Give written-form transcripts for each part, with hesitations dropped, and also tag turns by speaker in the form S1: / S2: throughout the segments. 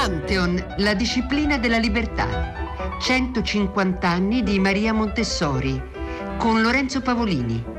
S1: Pantheon, la disciplina della libertà. 150 anni di Maria Montessori, con Lorenzo Pavolini.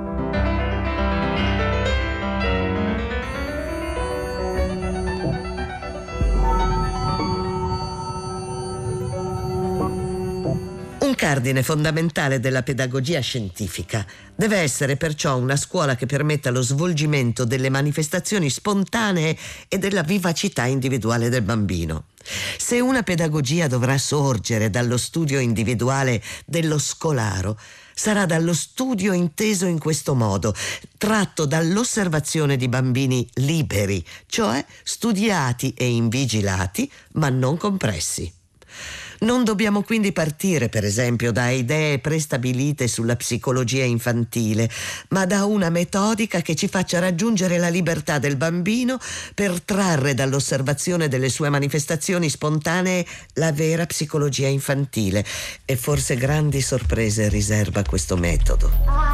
S2: Un cardine fondamentale della pedagogia scientifica deve essere perciò una scuola che permetta lo svolgimento delle manifestazioni spontanee e della vivacità individuale del bambino. Se una pedagogia dovrà sorgere dallo studio individuale dello scolaro, sarà dallo studio inteso in questo modo, tratto dall'osservazione di bambini liberi, cioè studiati e invigilati, ma non compressi. Non dobbiamo quindi partire, per esempio, da idee prestabilite sulla psicologia infantile, ma da una metodica che ci faccia raggiungere la libertà del bambino per trarre dall'osservazione delle sue manifestazioni spontanee la vera psicologia infantile. E forse grandi sorprese riserva questo metodo.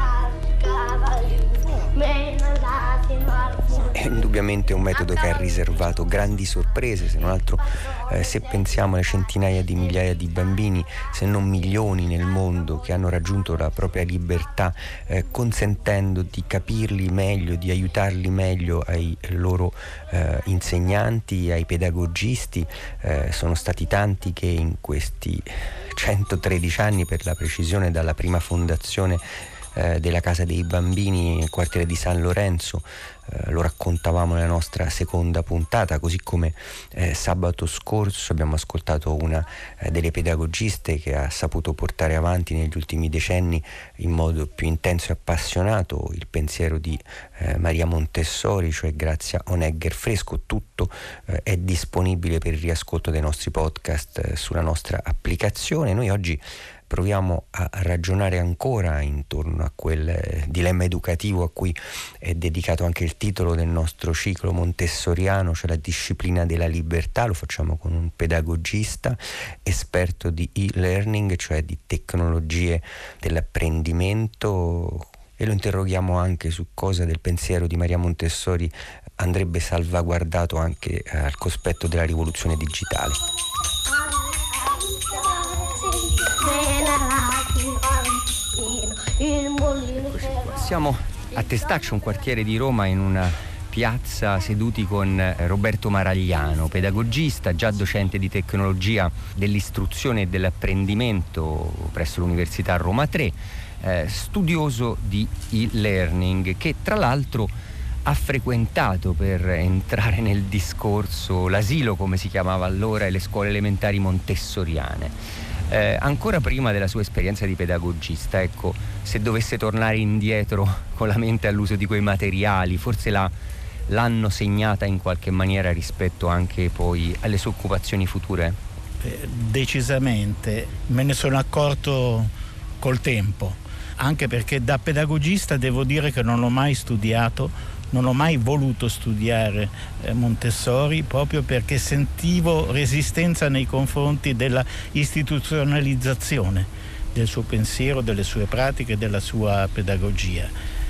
S3: È indubbiamente un metodo che ha riservato grandi sorprese, se non altro se pensiamo alle centinaia di migliaia di bambini, se non milioni nel mondo, che hanno raggiunto la propria libertà consentendo di capirli meglio, di aiutarli meglio ai loro insegnanti, ai pedagogisti. Sono stati tanti che in questi 113 anni, per la precisione, dalla prima fondazione della Casa dei Bambini nel quartiere di San Lorenzo, lo raccontavamo nella nostra seconda puntata, così come sabato scorso abbiamo ascoltato una delle pedagogiste che ha saputo portare avanti negli ultimi decenni in modo più intenso e appassionato il pensiero di Maria Montessori, cioè Grazia Onegger Fresco. Tutto è disponibile per il riascolto dei nostri podcast sulla nostra applicazione. Noi oggi proviamo a ragionare ancora intorno a quel dilemma educativo a cui è dedicato anche il titolo del nostro ciclo montessoriano, cioè la disciplina della libertà. Lo facciamo con un pedagogista esperto di e-learning, cioè di tecnologie dell'apprendimento, e lo interroghiamo anche su cosa del pensiero di Maria Montessori andrebbe salvaguardato anche al cospetto della rivoluzione digitale. Siamo a Testaccio, un quartiere di Roma, in una piazza, seduti con Roberto Maragliano, pedagogista, già docente di tecnologia dell'istruzione e dell'apprendimento presso l'Università Roma 3, studioso di e-learning, che tra l'altro ha frequentato, per entrare nel discorso, l'asilo, come si chiamava allora, e le scuole elementari montessoriane. Ancora prima della sua esperienza di pedagogista, ecco, se dovesse tornare indietro con la mente all'uso di quei materiali, forse l'hanno segnata in qualche maniera rispetto anche poi alle sue occupazioni future?
S4: Decisamente, me ne sono accorto col tempo, anche perché da pedagogista devo dire che non ho mai studiato, non ho mai voluto studiare Montessori, proprio perché sentivo resistenza nei confronti della istituzionalizzazione del suo pensiero, delle sue pratiche, della sua pedagogia.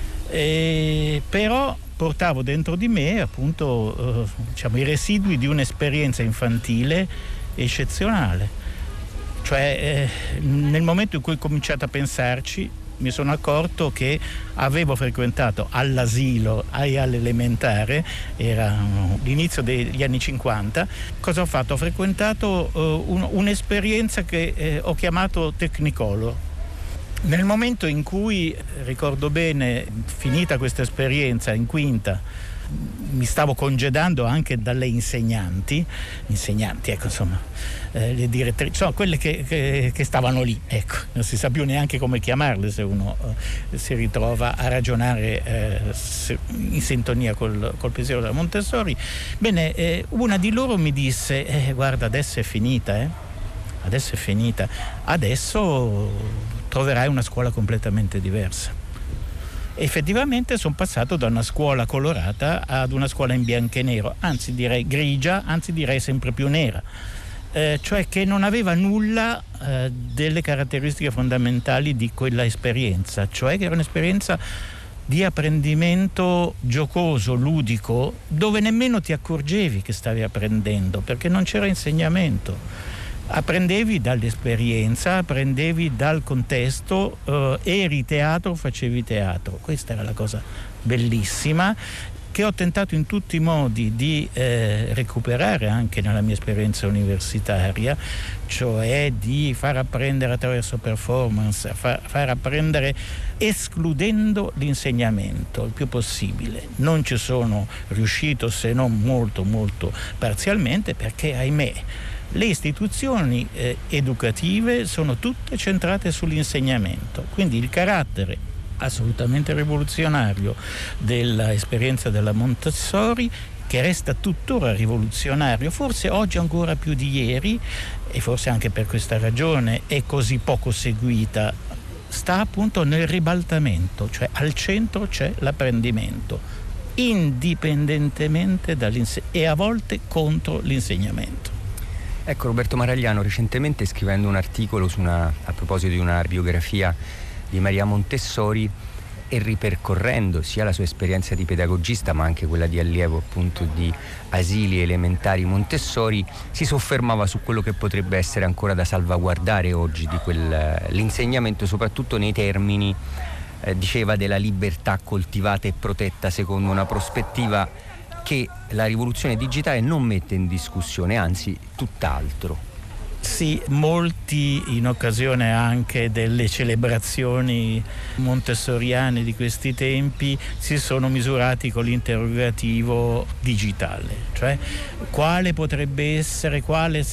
S4: Però portavo dentro di me appunto i residui di un'esperienza infantile eccezionale. Cioè nel momento in cui ho cominciato a pensarci, mi sono accorto che avevo frequentato all'asilo e all'elementare, era l'inizio degli anni 50. Cosa ho fatto? Ho frequentato un'esperienza che ho chiamato Technicolor. Nel momento in cui, ricordo bene, finita questa esperienza in quinta, mi stavo congedando anche dalle insegnanti, ecco, insomma, le direttrici, insomma, quelle che stavano lì, ecco, non si sa più neanche come chiamarle se uno si ritrova a ragionare in sintonia col pensiero della Montessori. Bene, una di loro mi disse: guarda, adesso è finita, adesso troverai una scuola completamente diversa. Effettivamente sono passato da una scuola colorata ad una scuola in bianco e nero, anzi direi grigia, anzi direi sempre più nera, cioè che non aveva nulla delle caratteristiche fondamentali di quella esperienza, cioè che era un'esperienza di apprendimento giocoso, ludico, dove nemmeno ti accorgevi che stavi apprendendo, perché non c'era insegnamento. Apprendevi dall'esperienza, apprendevi dal contesto, eri teatro, facevi teatro. Questa era la cosa bellissima che ho tentato in tutti i modi di recuperare anche nella mia esperienza universitaria, cioè di far apprendere attraverso performance, far apprendere escludendo l'insegnamento il più possibile. Non ci sono riuscito, se non molto molto parzialmente, perché ahimè le istituzioni educative sono tutte centrate sull'insegnamento, quindi il carattere assolutamente rivoluzionario dell'esperienza della Montessori, che resta tuttora rivoluzionario, forse oggi ancora più di ieri, e forse anche per questa ragione è così poco seguita, sta appunto nel ribaltamento, cioè al centro c'è l'apprendimento, indipendentemente e a volte contro l'insegnamento.
S3: Ecco, Roberto Maragliano, recentemente scrivendo un articolo a proposito di una biografia di Maria Montessori e ripercorrendo sia la sua esperienza di pedagogista ma anche quella di allievo appunto di asili elementari Montessori, si soffermava su quello che potrebbe essere ancora da salvaguardare oggi di l'insegnamento, soprattutto nei termini, diceva, della libertà coltivata e protetta secondo una prospettiva che la rivoluzione digitale non mette in discussione, anzi tutt'altro.
S4: Sì, molti in occasione anche delle celebrazioni montessoriane di questi tempi si sono misurati con l'interrogativo digitale, cioè quale potrebbe essere, quale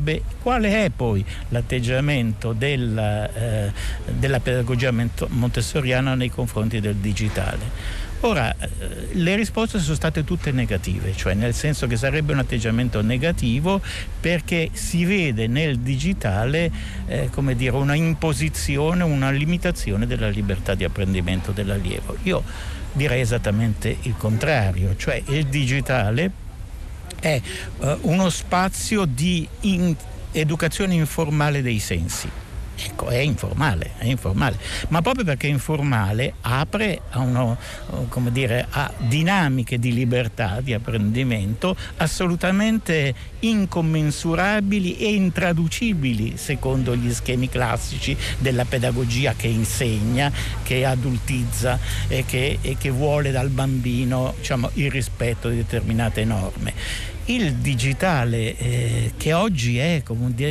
S4: è poi l'atteggiamento della pedagogia montessoriana nei confronti del digitale. Ora, le risposte sono state tutte negative, cioè nel senso che sarebbe un atteggiamento negativo perché si vede nel digitale una imposizione, una limitazione della libertà di apprendimento dell'allievo. Io direi esattamente il contrario, cioè il digitale è uno spazio di educazione informale dei sensi. Ecco, è informale, ma proprio perché è informale apre a a dinamiche di libertà di apprendimento assolutamente incommensurabili e intraducibili secondo gli schemi classici della pedagogia che insegna, che adultizza e che vuole dal bambino, il rispetto di determinate norme. Il digitale, che oggi è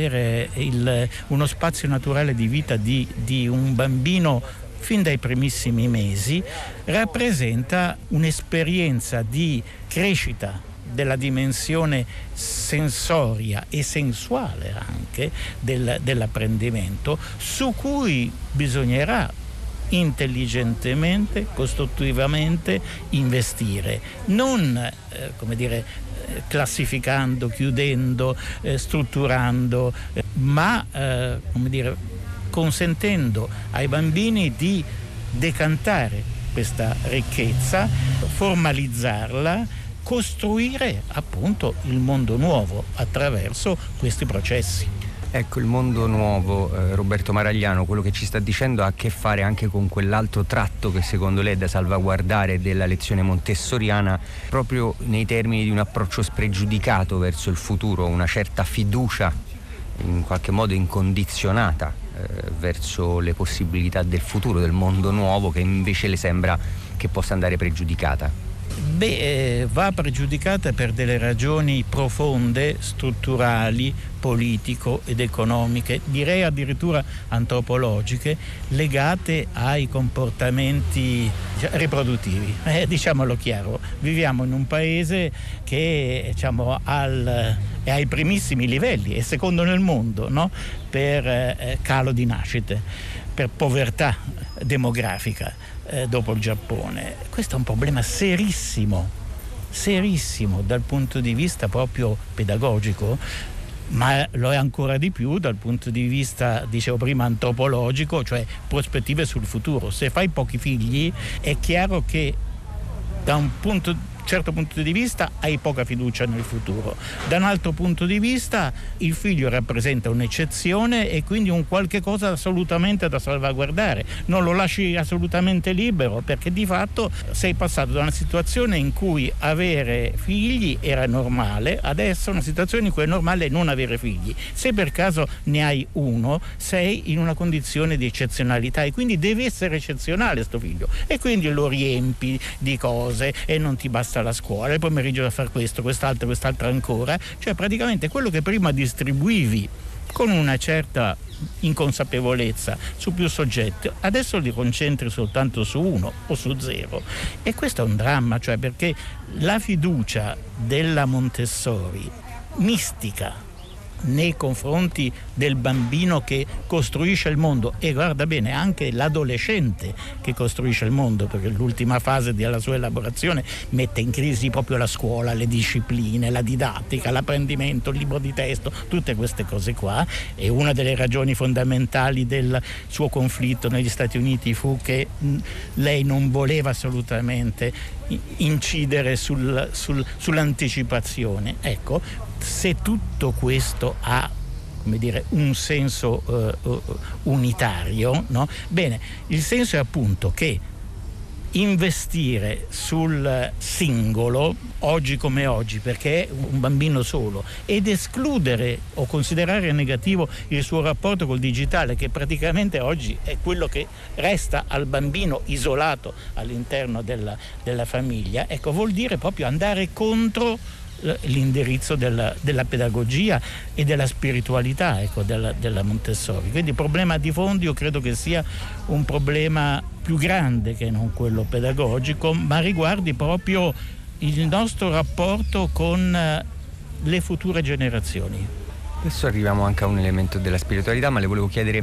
S4: uno spazio naturale di vita di un bambino fin dai primissimi mesi, rappresenta un'esperienza di crescita della dimensione sensoria e sensuale anche dell'apprendimento, su cui bisognerà intelligentemente, costruttivamente investire, non classificando, chiudendo, strutturando, ma consentendo ai bambini di decantare questa ricchezza, formalizzarla, costruire appunto il mondo nuovo attraverso questi processi.
S3: Ecco, il mondo nuovo, Roberto Maragliano, quello che ci sta dicendo ha a che fare anche con quell'altro tratto che secondo lei è da salvaguardare della lezione montessoriana, proprio nei termini di un approccio spregiudicato verso il futuro, una certa fiducia in qualche modo incondizionata verso le possibilità del futuro, del mondo nuovo, che invece le sembra che possa andare pregiudicata.
S4: Va pregiudicata per delle ragioni profonde, strutturali, politico ed economiche, direi addirittura antropologiche, legate ai comportamenti riproduttivi. Diciamolo chiaro, viviamo in un paese che è ai primissimi livelli, è secondo nel mondo, no? Per calo di nascite, per povertà demografica. Dopo il Giappone. Questo è un problema serissimo dal punto di vista proprio pedagogico, ma lo è ancora di più dal punto di vista, dicevo prima, antropologico, cioè prospettive sul futuro. Se fai pochi figli è chiaro che da un punto certo punto di vista hai poca fiducia nel futuro, da un altro punto di vista il figlio rappresenta un'eccezione e quindi un qualche cosa assolutamente da salvaguardare, non lo lasci assolutamente libero, perché di fatto sei passato da una situazione in cui avere figli era normale, adesso è una situazione in cui è normale non avere figli. Se per caso ne hai uno, sei in una condizione di eccezionalità e quindi deve essere eccezionale sto figlio, e quindi lo riempi di cose e non ti basta la scuola, il pomeriggio da fare questo, quest'altro ancora, cioè praticamente quello che prima distribuivi con una certa inconsapevolezza su più soggetti, adesso li concentri soltanto su uno o su zero, e questo è un dramma, cioè perché la fiducia della Montessori mistica nei confronti del bambino che costruisce il mondo, e guarda bene anche l'adolescente che costruisce il mondo, perché l'ultima fase della sua elaborazione mette in crisi proprio la scuola, le discipline, la didattica, l'apprendimento, il libro di testo, tutte queste cose qua. E una delle ragioni fondamentali del suo conflitto negli Stati Uniti fu che lei non voleva assolutamente incidere sull'anticipazione. Ecco, se tutto questo ha, come dire, un senso unitario, no? Bene, il senso è appunto che investire sul singolo, oggi come oggi, perché è un bambino solo, ed escludere o considerare negativo il suo rapporto col digitale, che praticamente oggi è quello che resta al bambino isolato all'interno della famiglia, ecco, vuol dire proprio andare contro l'indirizzo della pedagogia e della spiritualità, ecco, della Montessori. Quindi il problema di fondo io credo che sia un problema più grande che non quello pedagogico, ma riguardi proprio il nostro rapporto con le future generazioni.
S3: Adesso arriviamo anche a un elemento della spiritualità, ma le volevo chiedere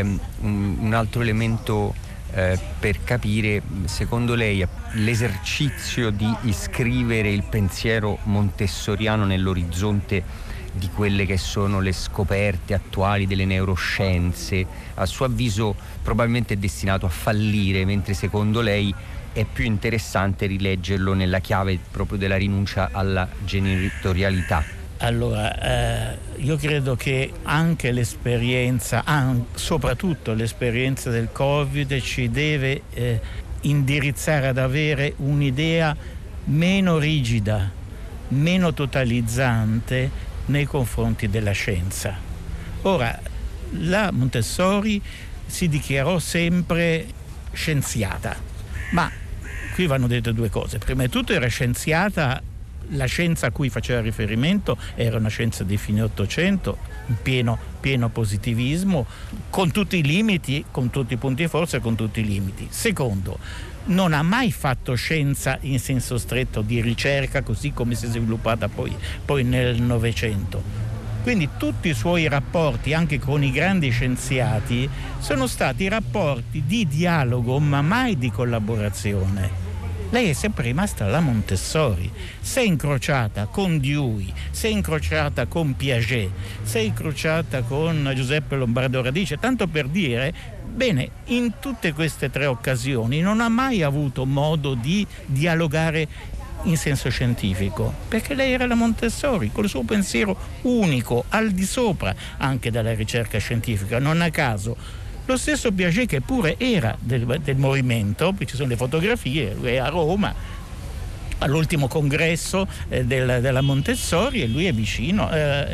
S3: un altro elemento per capire, secondo lei, l'esercizio di iscrivere il pensiero montessoriano nell'orizzonte di quelle che sono le scoperte attuali delle neuroscienze, a suo avviso probabilmente è destinato a fallire, mentre secondo lei è più interessante rileggerlo nella chiave proprio della rinuncia alla genitorialità?
S4: Allora, io credo che anche l'esperienza, soprattutto l'esperienza del Covid, ci deve indirizzare ad avere un'idea meno rigida, meno totalizzante nei confronti della scienza. Ora, la Montessori si dichiarò sempre scienziata, ma qui vanno dette due cose. Prima di tutto era scienziata. La scienza a cui faceva riferimento era una scienza di fine Ottocento, pieno positivismo, con tutti i limiti, con tutti i punti di forza e con tutti i limiti. Secondo, non ha mai fatto scienza in senso stretto di ricerca, così come si è sviluppata poi nel Novecento. Quindi tutti i suoi rapporti, anche con i grandi scienziati, sono stati rapporti di dialogo, ma mai di collaborazione. Lei è sempre rimasta la Montessori, si è incrociata con Dewey, si è incrociata con Piaget, si è incrociata con Giuseppe Lombardo Radice, tanto per dire, bene, in tutte queste tre occasioni non ha mai avuto modo di dialogare in senso scientifico, perché lei era la Montessori, con il suo pensiero unico, al di sopra anche della ricerca scientifica. Non a caso lo stesso Piaget, che pure era del movimento, ci sono le fotografie, lui è a Roma all'ultimo congresso della Montessori, e lui è vicino,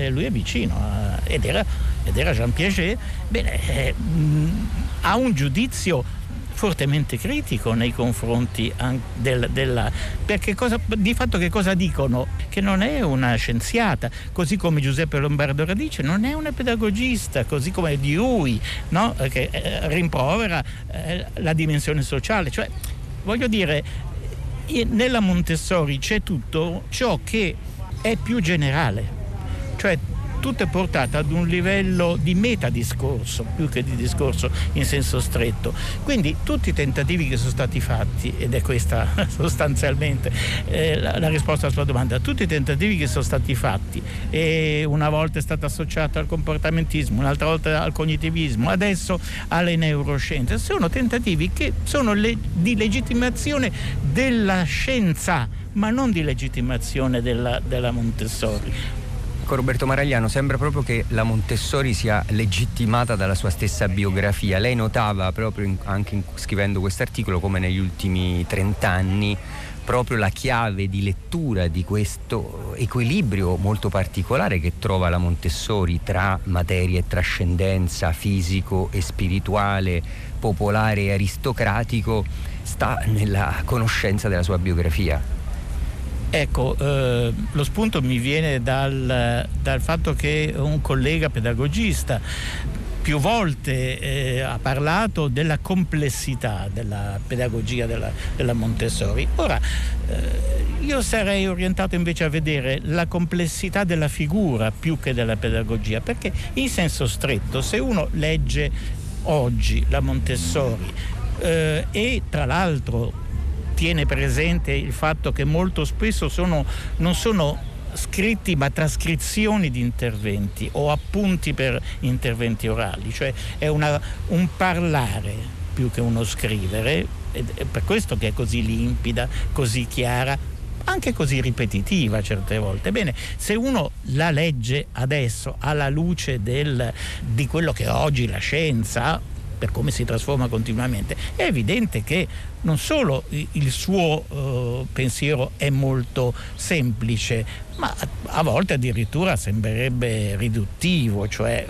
S4: ed era Jean Piaget. Bene, ha un giudizio fortemente critico nei confronti perché di fatto che cosa dicono? Che non è una scienziata, così come Giuseppe Lombardo Radice non è una pedagogista, così come Dewey, no? Che rimprovera la dimensione sociale. Cioè, voglio dire, nella Montessori c'è tutto ciò che è più generale, cioè tutto è portato ad un livello di metadiscorso più che di discorso in senso stretto. Quindi tutti i tentativi che sono stati fatti, ed è questa sostanzialmente la risposta alla sua domanda, tutti i tentativi che sono stati fatti, e una volta è stata associata al comportamentismo, un'altra volta al cognitivismo, adesso alle neuroscienze, sono tentativi che sono di legittimazione della scienza ma non di legittimazione della Montessori.
S3: Roberto Maragliano, sembra proprio che la Montessori sia legittimata dalla sua stessa biografia. Lei notava proprio scrivendo questo articolo come negli ultimi 30 anni proprio la chiave di lettura di questo equilibrio molto particolare che trova la Montessori tra materia e trascendenza, fisico e spirituale, popolare e aristocratico, sta nella conoscenza della sua biografia.
S4: Ecco, lo spunto mi viene dal fatto che un collega pedagogista più volte ha parlato della complessità della pedagogia della Montessori. Ora, io sarei orientato invece a vedere la complessità della figura più che della pedagogia, perché in senso stretto, se uno legge oggi la Montessori e tra l'altro tiene presente il fatto che molto spesso non sono scritti ma trascrizioni di interventi o appunti per interventi orali, cioè è un parlare più che uno scrivere, ed è per questo che è così limpida, così chiara, anche così ripetitiva certe volte. Bene, se uno la legge adesso alla luce di quello che oggi la scienza, per come si trasforma continuamente, è evidente che non solo il suo pensiero è molto semplice, ma a volte addirittura sembrerebbe riduttivo, cioè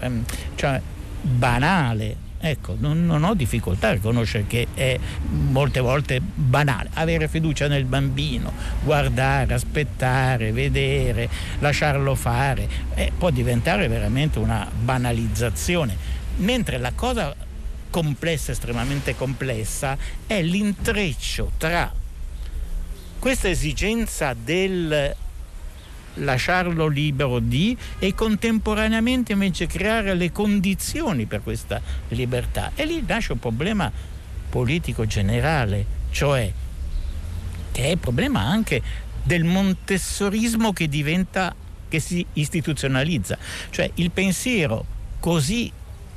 S4: banale. Ecco, non ho difficoltà a riconoscere che è molte volte banale. Avere fiducia nel bambino, guardare, aspettare, vedere, lasciarlo fare, può diventare veramente una banalizzazione, mentre la cosa complessa, estremamente complessa, è l'intreccio tra questa esigenza del lasciarlo libero e contemporaneamente invece creare le condizioni per questa libertà. E lì nasce un problema politico generale, cioè che è il problema anche del montessorismo che si istituzionalizza, cioè il pensiero così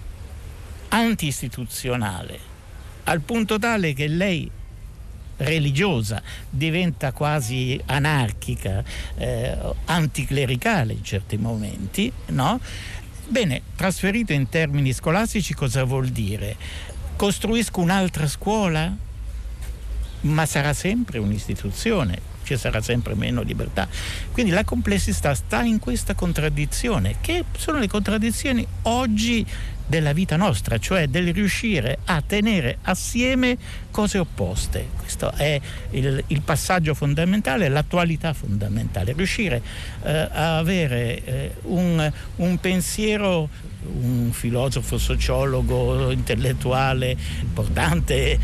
S4: anti-istituzionale al punto tale che lei religiosa diventa quasi anarchica, anticlericale in certi momenti, no? Bene, trasferito in termini scolastici cosa vuol dire? Costruisco un'altra scuola, ma sarà sempre un'istituzione, ci sarà sempre meno libertà. Quindi la complessità sta in questa contraddizione, che sono le contraddizioni oggi della vita nostra, cioè del riuscire a tenere assieme cose opposte. Questo è il passaggio fondamentale, l'attualità fondamentale, riuscire a avere un pensiero, un filosofo, sociologo, intellettuale importante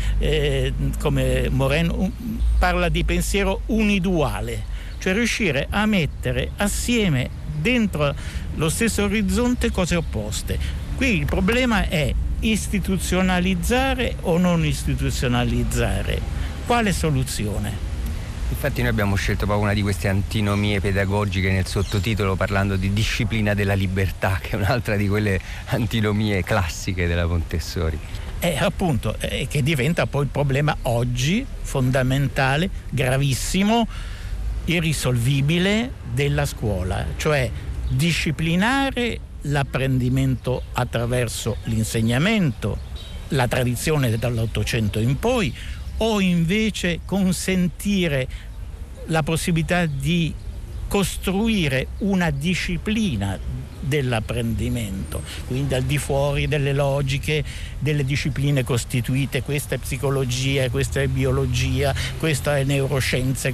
S4: come Moreno parla di pensiero uniduale, cioè riuscire a mettere assieme dentro lo stesso orizzonte cose opposte. Qui il problema è istituzionalizzare o non istituzionalizzare. Quale soluzione?
S3: Infatti noi abbiamo scelto proprio una di queste antinomie pedagogiche nel sottotitolo, parlando di disciplina della libertà, che è un'altra di quelle antinomie classiche della Montessori.
S4: Appunto, che diventa poi il problema oggi fondamentale, gravissimo, irrisolvibile della scuola, cioè disciplinare l'apprendimento attraverso l'insegnamento, la tradizione dall'Ottocento in poi, o invece consentire la possibilità di costruire una disciplina dell'apprendimento, quindi al di fuori delle logiche, delle discipline costituite, questa è psicologia, questa è biologia, questa è neuroscienze,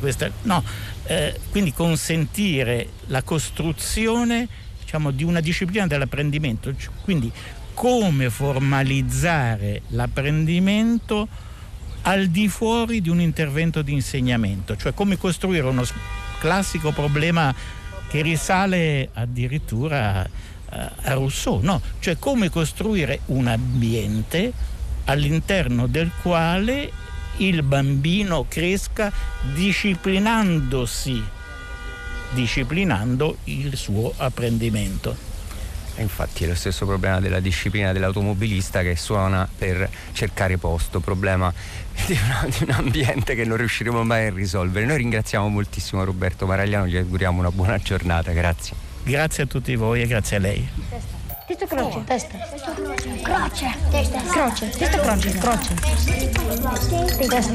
S4: quindi consentire la costruzione, diciamo, di una disciplina dell'apprendimento, quindi come formalizzare l'apprendimento al di fuori di un intervento di insegnamento, cioè come costruire uno classico problema che risale addirittura a Rousseau, no? Cioè come costruire un ambiente all'interno del quale il bambino cresca disciplinando il suo apprendimento.
S3: E infatti è lo stesso problema della disciplina dell'automobilista che suona per cercare posto, problema di un ambiente che non riusciremo mai a risolvere. Noi ringraziamo moltissimo Roberto Maragliano, gli auguriamo una buona giornata, grazie.
S4: Grazie a tutti voi e grazie a lei.
S5: Testa croce, testa. Croce, testa. Croce, testa croce, croce. Testa.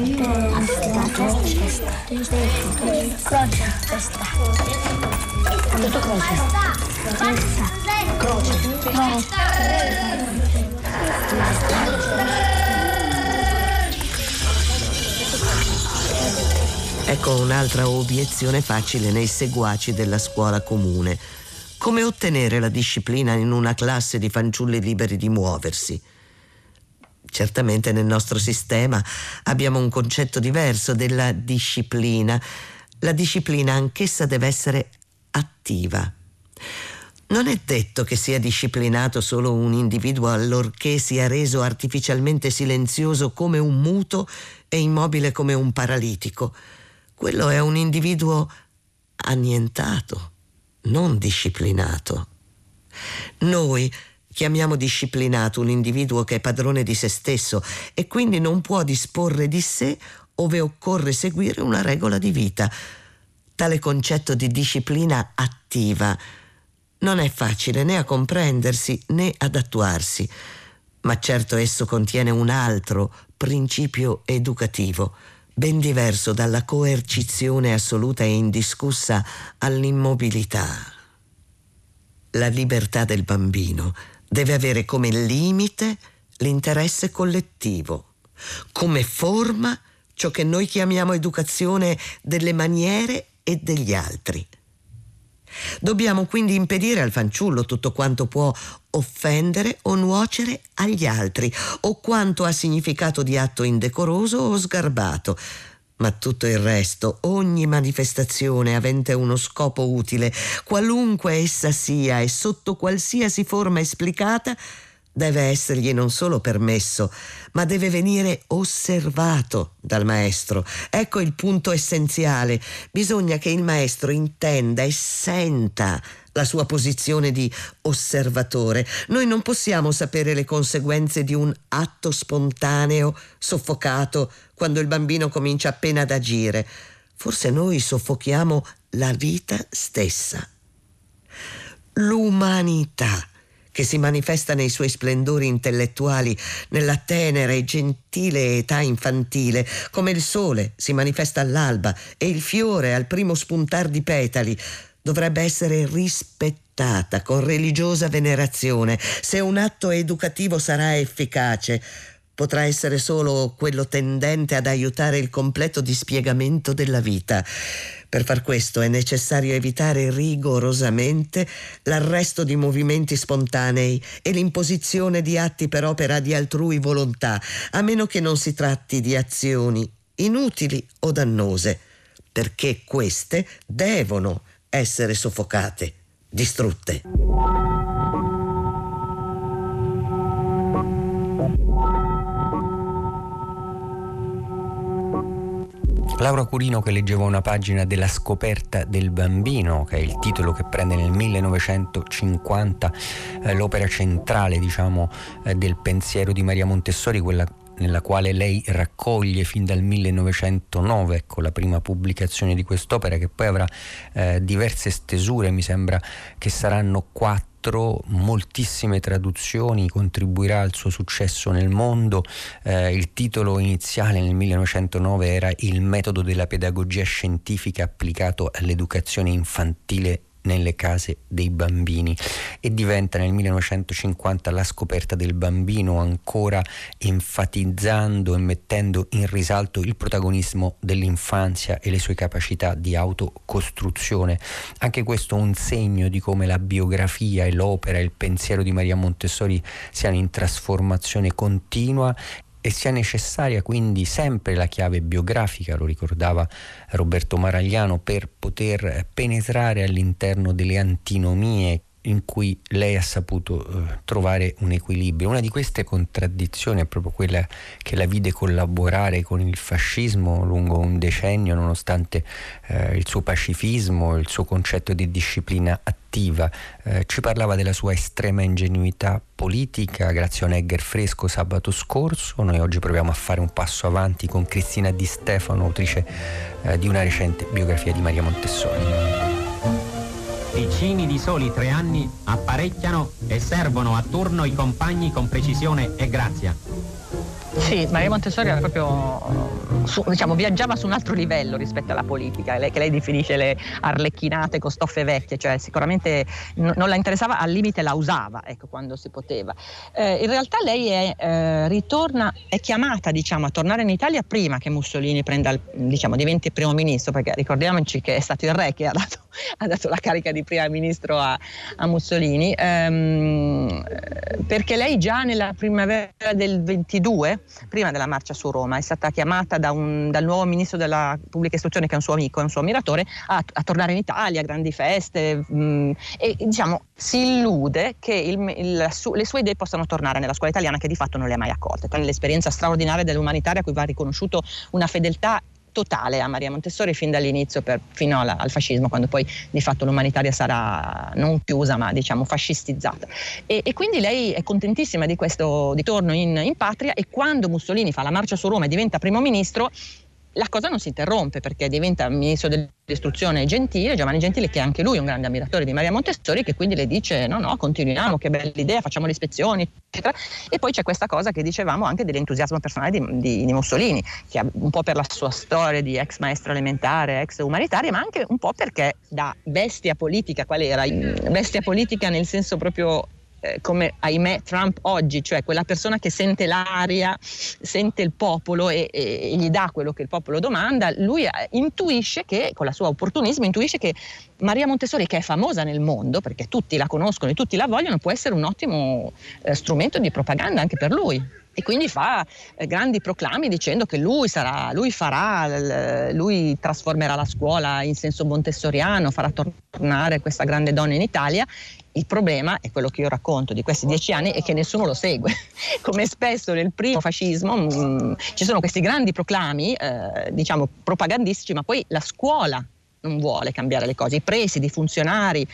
S5: Croce, testa. Tutto croce. Croce.
S2: Ecco un'altra obiezione facile nei seguaci della scuola comune. Come ottenere la disciplina in una classe di fanciulli liberi di muoversi? Certamente nel nostro sistema abbiamo un concetto diverso della disciplina. La disciplina anch'essa deve essere attiva. Non è detto che sia disciplinato solo un individuo allorché sia reso artificialmente silenzioso come un muto e immobile come un paralitico. Quello è un individuo annientato, non disciplinato. Noi chiamiamo disciplinato un individuo che è padrone di se stesso e quindi non può disporre di sé ove occorre seguire una regola di vita. Tale concetto di disciplina attiva non è facile né a comprendersi né ad attuarsi, ma certo esso contiene un altro principio educativo, ben diverso dalla coercizione assoluta e indiscussa all'immobilità. La libertà del bambino deve avere come limite l'interesse collettivo, come forma ciò che noi chiamiamo educazione delle maniere e degli altri. Dobbiamo quindi impedire al fanciullo tutto quanto può offendere o nuocere agli altri, o quanto ha significato di atto indecoroso o sgarbato. Ma tutto il resto, ogni manifestazione avente uno scopo utile, qualunque essa sia e sotto qualsiasi forma esplicata, deve essergli non solo permesso, ma deve venire osservato dal maestro. Ecco il punto essenziale. Bisogna che il maestro intenda e senta la sua posizione di osservatore. Noi non possiamo sapere le conseguenze di un atto spontaneo, soffocato, quando il bambino comincia appena ad agire. Forse noi soffochiamo la vita stessa. L'umanità che si manifesta nei suoi splendori intellettuali, nella tenera e gentile età infantile, come il sole si manifesta all'alba e il fiore al primo spuntar di petali, dovrebbe essere rispettata con religiosa venerazione. Se un atto educativo sarà efficace, potrà essere solo quello tendente ad aiutare il completo dispiegamento della vita. Per far questo è necessario evitare rigorosamente l'arresto di movimenti spontanei e l'imposizione di atti per opera di altrui volontà, a meno che non si tratti di azioni inutili o dannose, perché queste devono essere soffocate, distrutte.
S3: Laura Curino, che leggeva una pagina della Scoperta del bambino, che è il titolo che prende nel 1950 l'opera centrale, del pensiero di Maria Montessori, quella nella quale lei raccoglie fin dal 1909, ecco, la prima pubblicazione di quest'opera, che poi avrà diverse stesure, mi sembra che saranno 4, moltissime traduzioni, contribuirà al suo successo nel mondo. Il titolo iniziale nel 1909 era Il metodo della pedagogia scientifica applicato all'educazione infantile nelle case dei bambini, e diventa nel 1950 La Scoperta del bambino, ancora enfatizzando e mettendo in risalto il protagonismo dell'infanzia e le sue capacità di autocostruzione. Anche questo un segno di come la biografia e l'opera e il pensiero di Maria Montessori siano in trasformazione continua e sia necessaria quindi sempre la chiave biografica, lo ricordava Roberto Maragliano, per poter penetrare all'interno delle antinomie in cui lei ha saputo trovare un equilibrio. Una di queste contraddizioni è proprio quella che la vide collaborare con il fascismo lungo un decennio, nonostante il suo pacifismo, il suo concetto di disciplina attiva. Ci parlava della sua estrema ingenuità politica grazie a un Egger fresco sabato scorso. Noi oggi proviamo a fare un passo avanti con Cristina Di Stefano, autrice di una recente biografia di Maria Montessori.
S6: Piccini di soli 3 anni apparecchiano e servono a turno i compagni con precisione e grazia.
S7: Sì, Maria Montessori era proprio, viaggiava su un altro livello rispetto alla politica, che lei definisce le arlecchinate con stoffe vecchie, cioè sicuramente non la interessava, al limite la usava, ecco, quando si poteva. In realtà lei è chiamata, a tornare in Italia prima che Mussolini diventi primo ministro, perché ricordiamoci che è stato il re che ha dato la carica di primo ministro a Mussolini, perché lei già nella primavera del 22, prima della marcia su Roma, è stata chiamata dal nuovo ministro della pubblica istruzione, che è un suo amico, è un suo ammiratore, a tornare in Italia, grandi feste, e si illude che le sue idee possano tornare nella scuola italiana, che di fatto non le ha mai accolte. L'esperienza straordinaria dell'umanitaria, a cui va riconosciuto una fedeltà totale a Maria Montessori fin dall'inizio fino al fascismo, quando poi di fatto l'umanitaria sarà non chiusa ma fascistizzata, e quindi lei è contentissima di questo ritorno in patria, e quando Mussolini fa la marcia su Roma e diventa primo ministro la cosa non si interrompe, perché diventa ministro dell'istruzione Giovanni Gentile, che è anche lui un grande ammiratore di Maria Montessori, che quindi le dice no, continuiamo, che bella idea, facciamo le ispezioni, eccetera. E poi c'è questa cosa che dicevamo anche dell'entusiasmo personale di Mussolini, che ha un po' per la sua storia di ex maestra elementare, ex umanitaria, ma anche un po' perché da bestia politica, qual era? Bestia politica nel senso proprio come ahimè Trump oggi, cioè quella persona che sente l'aria, sente il popolo e gli dà quello che il popolo domanda. Lui intuisce che, con il suo opportunismo, intuisce che Maria Montessori, che è famosa nel mondo perché tutti la conoscono e tutti la vogliono, può essere un ottimo strumento di propaganda anche per lui. E quindi fa grandi proclami dicendo che lui trasformerà la scuola in senso montessoriano, farà tornare questa grande donna in Italia. Il problema, è quello che io racconto di questi 10 anni, è che nessuno lo segue. Come spesso nel primo fascismo ci sono questi grandi proclami, propagandistici, ma poi la scuola non vuole cambiare le cose, i presidi, i funzionari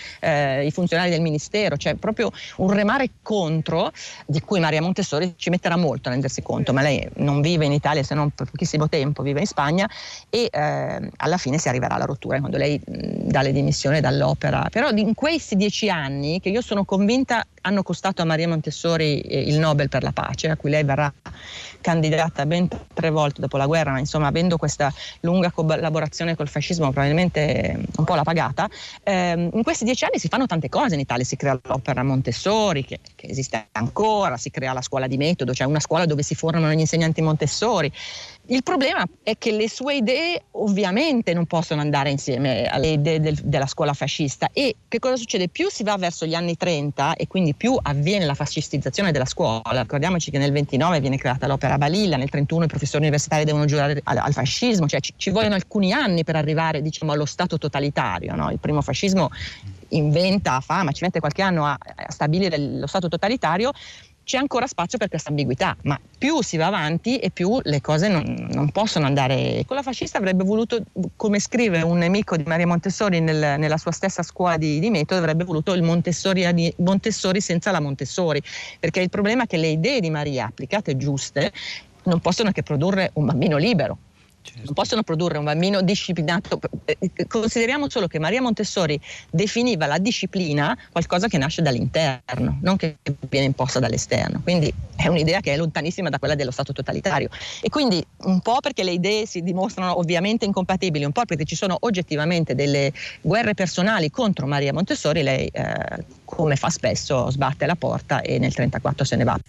S7: del ministero, cioè proprio un remare contro, di cui Maria Montessori ci metterà molto a rendersi conto, ma lei non vive in Italia se non per pochissimo tempo, vive in Spagna, e alla fine si arriverà alla rottura quando lei dà le dimissioni dall'opera. Però in questi 10 anni, che io sono convinta hanno costato a Maria Montessori il Nobel per la pace, a cui lei verrà candidata ben 3 volte dopo la guerra, ma insomma, avendo questa lunga collaborazione col fascismo, probabilmente un po' l'ha pagata. In questi 10 anni si fanno tante cose in Italia, si crea l'opera Montessori, che esiste ancora, si crea la scuola di metodo, cioè una scuola dove si formano gli insegnanti Montessori. Il problema è che le sue idee ovviamente non possono andare insieme alle idee della scuola fascista, e che cosa succede? Più si va verso gli anni 30 e quindi più avviene la fascistizzazione della scuola. Ricordiamoci che nel 29 viene creata l'opera Balilla, nel 31 i professori universitari devono giurare al fascismo, cioè ci vogliono alcuni anni per arrivare allo stato totalitario, no? Il primo fascismo inventa, ma ci mette qualche anno a stabilire lo stato totalitario. C'è ancora spazio per questa ambiguità, ma più si va avanti e più le cose non possono andare. Con la fascista avrebbe voluto, come scrive un nemico di Maria Montessori nella sua stessa scuola di metodo, avrebbe voluto il Montessori senza la Montessori, perché il problema è che le idee di Maria, applicate giuste, non possono che produrre un bambino libero. Non possono produrre un bambino disciplinato. Consideriamo solo che Maria Montessori definiva la disciplina qualcosa che nasce dall'interno, non che viene imposta dall'esterno. Quindi è un'idea che è lontanissima da quella dello Stato totalitario. E quindi un po' perché le idee si dimostrano ovviamente incompatibili, un po' perché ci sono oggettivamente delle guerre personali contro Maria Montessori, lei, come fa spesso, sbatte la porta e nel 1934 se ne va.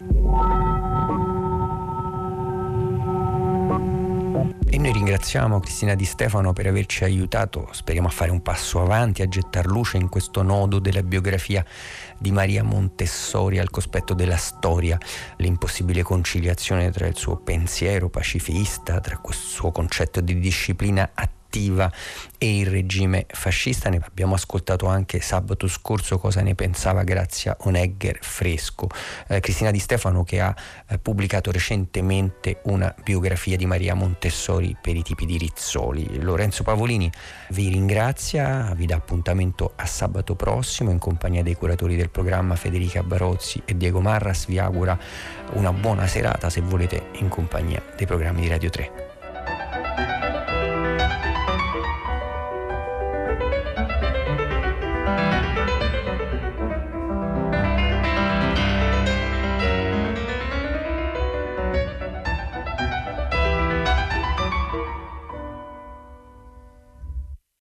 S3: E noi ringraziamo Cristina Di Stefano per averci aiutato, speriamo, a fare un passo avanti, a gettar luce in questo nodo della biografia di Maria Montessori al cospetto della storia, l'impossibile conciliazione tra il suo pensiero pacifista, tra questo suo concetto di disciplina attiva cattiva e il regime fascista. Ne abbiamo ascoltato anche sabato scorso cosa ne pensava Grazia Onegger Fresco. Cristina Di Stefano, che ha pubblicato recentemente una biografia di Maria Montessori per i tipi di Rizzoli. Lorenzo Pavolini vi ringrazia, vi dà appuntamento a sabato prossimo in compagnia dei curatori del programma Federica Barozzi e Diego Marras. Vi augura una buona serata, se volete, in compagnia dei programmi di Radio 3.